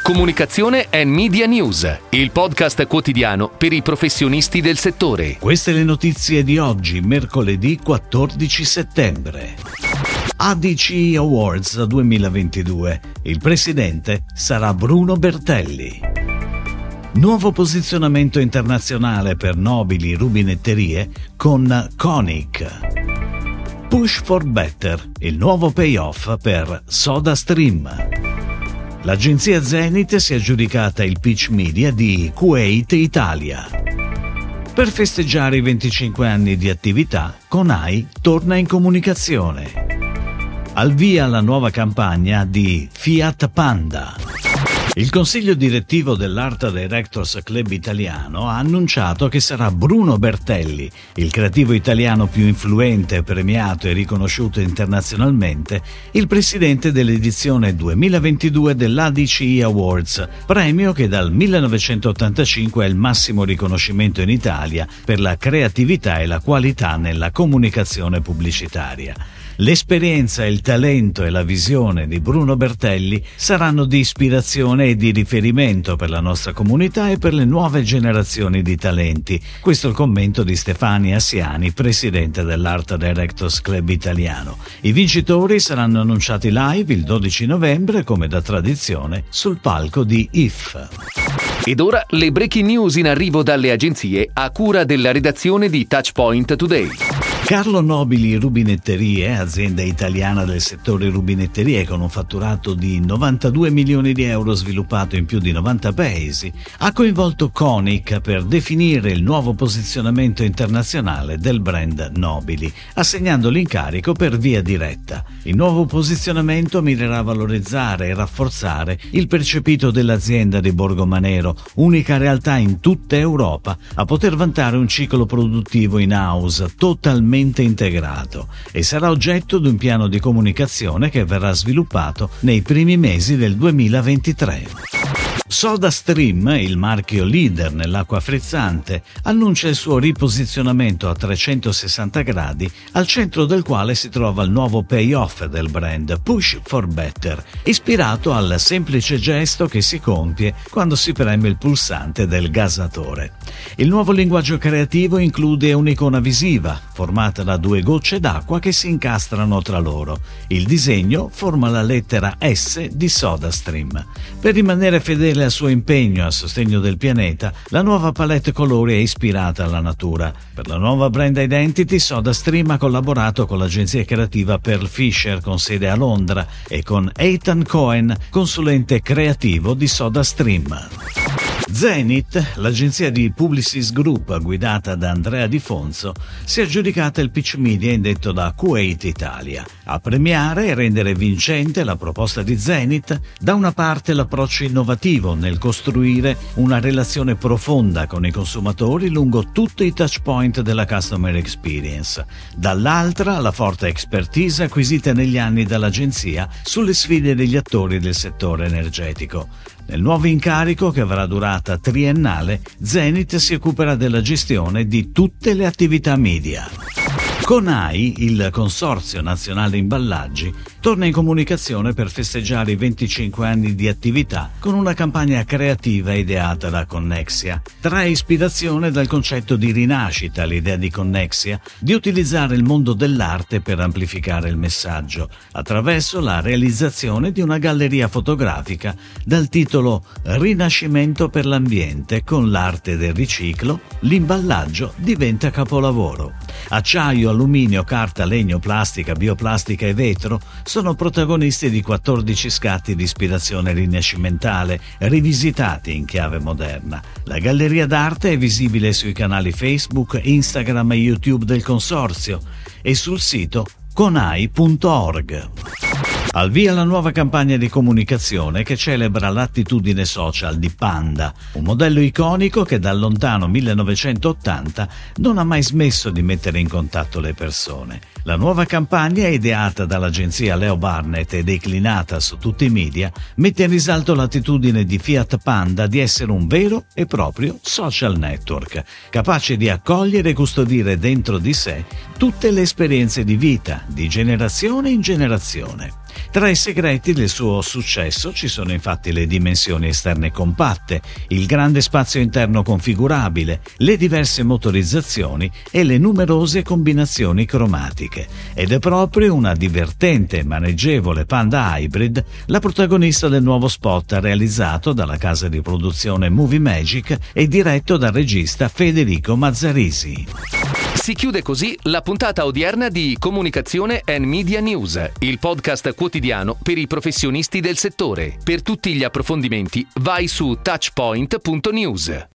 Comunicazione e Media News, il podcast quotidiano per i professionisti del settore. Queste le notizie di oggi, mercoledì 14 settembre. ADC Awards 2022. Il presidente sarà Bruno Bertelli. Nuovo posizionamento internazionale per nobili rubinetterie con Konic. Push for Better, il nuovo payoff per SodaStream. L'agenzia Zenith si è aggiudicata il pitch media di Kuwait Italia. Per festeggiare i 25 anni di attività, Conai torna in comunicazione. Al via la nuova campagna di Fiat Panda. Il consiglio direttivo dell'Art Directors Club italiano ha annunciato che sarà Bruno Bertelli, il creativo italiano più influente, premiato e riconosciuto internazionalmente, il presidente dell'edizione 2022 dell'ADC Awards, premio che dal 1985 è il massimo riconoscimento in Italia per la creatività e la qualità nella comunicazione pubblicitaria. L'esperienza, il talento e la visione di Bruno Bertelli saranno di ispirazione e di riferimento per la nostra comunità e per le nuove generazioni di talenti. Questo è il commento di Stefania Siani, presidente dell'Art Directors Club italiano. I vincitori saranno annunciati live il 12 novembre, come da tradizione, sul palco di IF. Ed ora le breaking news in arrivo dalle agenzie a cura della redazione di Touchpoint Today. Carlo Nobili Rubinetterie, azienda italiana del settore rubinetterie con un fatturato di 92 milioni di euro sviluppato in più di 90 paesi, ha coinvolto Konic per definire il nuovo posizionamento internazionale del brand Nobili, assegnando l'incarico per via diretta. Il nuovo posizionamento mirerà a valorizzare e rafforzare il percepito dell'azienda di Borgomanero, unica realtà in tutta Europa a poter vantare un ciclo produttivo in-house totalmente integrato e sarà oggetto di un piano di comunicazione che verrà sviluppato nei primi mesi del 2023. SodaStream, il marchio leader nell'acqua frizzante, annuncia il suo riposizionamento a 360 gradi, al centro del quale si trova il nuovo payoff del brand Push for Better, ispirato al semplice gesto che si compie quando si preme il pulsante del gasatore. Il nuovo linguaggio creativo include un'icona visiva, formata da due gocce d'acqua che si incastrano tra loro. Il disegno forma la lettera S di SodaStream. Per rimanere fedele al suo impegno a sostegno del pianeta, la nuova palette colori è ispirata alla natura. Per la nuova brand identity, SodaStream ha collaborato con l'agenzia creativa Pearl Fisher con sede a Londra e con Ethan Cohen, consulente creativo di SodaStream. Zenith, l'agenzia di Publicis Group guidata da Andrea Di Fonzo, si è aggiudicata il pitch media indetto da Kuwait Italia. A premiare e rendere vincente la proposta di Zenith, da una parte l'approccio innovativo nel costruire una relazione profonda con i consumatori lungo tutti i touchpoint della customer experience, dall'altra la forte expertise acquisita negli anni dall'agenzia sulle sfide degli attori del settore energetico. Nel nuovo incarico, che avrà durata triennale, Zenith si occuperà della gestione di tutte le attività media. Conai, il Consorzio Nazionale Imballaggi, torna in comunicazione per festeggiare i 25 anni di attività con una campagna creativa ideata da Connexia. Trae ispirazione dal concetto di rinascita, l'idea di Connexia di utilizzare il mondo dell'arte per amplificare il messaggio, attraverso la realizzazione di una galleria fotografica dal titolo Rinascimento per l'ambiente, con l'arte del riciclo, l'imballaggio diventa capolavoro. Acciaio, alluminio, carta, legno, plastica, bioplastica e vetro sono protagonisti di 14 scatti di ispirazione rinascimentale, rivisitati in chiave moderna. La galleria d'arte è visibile sui canali Facebook, Instagram e YouTube del Consorzio e sul sito conai.org. Al via la nuova campagna di comunicazione che celebra l'attitudine social di Panda, un modello iconico che dal lontano 1980 non ha mai smesso di mettere in contatto le persone. La nuova campagna, ideata dall'agenzia Leo Barnett e declinata su tutti i media, mette in risalto l'attitudine di Fiat Panda di essere un vero e proprio social network, capace di accogliere e custodire dentro di sé tutte le esperienze di vita, di generazione in generazione. Tra i segreti del suo successo ci sono infatti le dimensioni esterne compatte, il grande spazio interno configurabile, le diverse motorizzazioni e le numerose combinazioni cromatiche. Ed è proprio una divertente e maneggevole Panda Hybrid la protagonista del nuovo spot realizzato dalla casa di produzione Movie Magic e diretto dal regista Federico Mazzarisi. Si chiude così la puntata odierna di Comunicazione and Media News, il podcast quotidiano per i professionisti del settore. Per tutti gli approfondimenti vai su touchpoint.news.